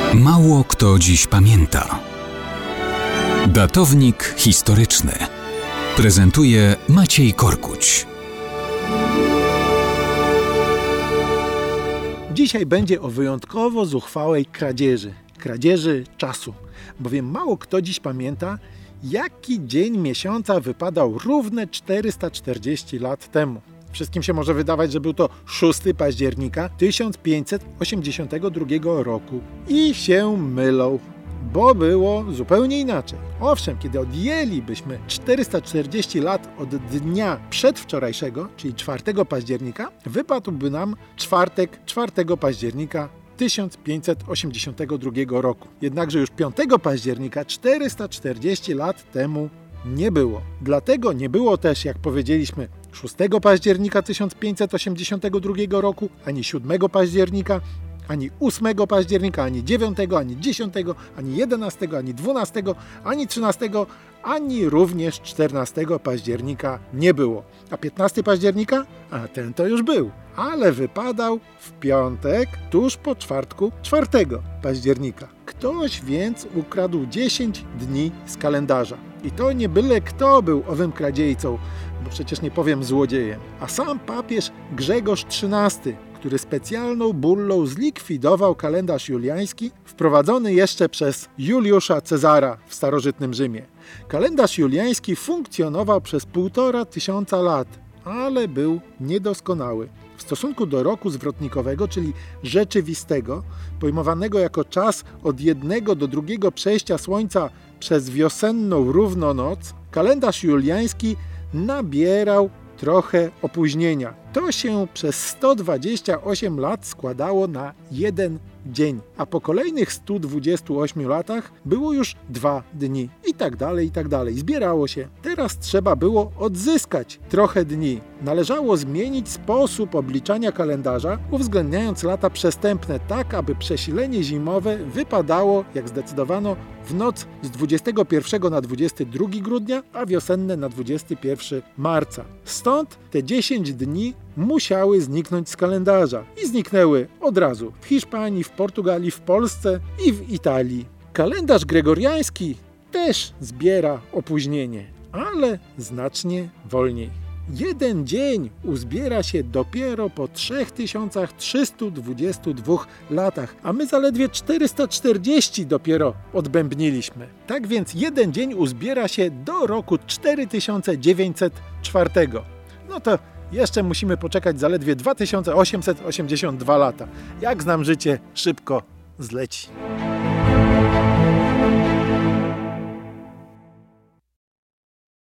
Mało kto dziś pamięta. Datownik historyczny prezentuje Maciej Korkuć. Dzisiaj będzie o wyjątkowo zuchwałej kradzieży czasu, bowiem mało kto dziś pamięta, jaki dzień miesiąca wypadał równe 440 lat temu. Wszystkim się może wydawać, że był to 6 października 1582 roku. I się mylą, bo było zupełnie inaczej. Owszem, kiedy odjęlibyśmy 440 lat od dnia przedwczorajszego, czyli 4 października, wypadłby nam czwartek 4 października 1582 roku. Jednakże już 5 października 440 lat temu nie było. Dlatego nie było też, jak powiedzieliśmy, 6 października 1582 roku, ani 7 października, ani 8 października, ani 9, ani 10, ani 11, ani 12, ani 13, ani również 14 października nie było. A 15 października? A ten to już był, ale wypadał w piątek, tuż po czwartku 4 października. Ktoś więc ukradł 10 dni z kalendarza. I to nie byle kto był owym kradziejcą, bo przecież nie powiem złodziejem, a sam papież Grzegorz XIII, który specjalną bullą zlikwidował kalendarz juliański, wprowadzony jeszcze przez Juliusza Cezara w starożytnym Rzymie. Kalendarz juliański funkcjonował przez 1500 lat, ale był niedoskonały. W stosunku do roku zwrotnikowego, czyli rzeczywistego, pojmowanego jako czas od jednego do drugiego przejścia słońca przez wiosenną równonoc, kalendarz juliański nabierał trochę opóźnienia. To się przez 128 lat składało na jeden dzień, a po kolejnych 128 latach było już 2 dni. I tak dalej. Zbierało się. Teraz trzeba było odzyskać trochę dni. Należało zmienić sposób obliczania kalendarza, uwzględniając lata przestępne tak, aby przesilenie zimowe wypadało, jak zdecydowano, w noc z 21 na 22 grudnia, a wiosenne na 21 marca. Stąd te 10 dni musiały zniknąć z kalendarza. I zniknęły od razu w Hiszpanii, w Portugalii, w Polsce i w Italii. Kalendarz gregoriański też zbiera opóźnienie, ale znacznie wolniej. Jeden dzień uzbiera się dopiero po 3322 latach, a my zaledwie 440 dopiero odbębniliśmy. Tak więc jeden dzień uzbiera się do roku 4904. No to jeszcze musimy poczekać zaledwie 2882 lata. Jak znam życie, szybko zleci.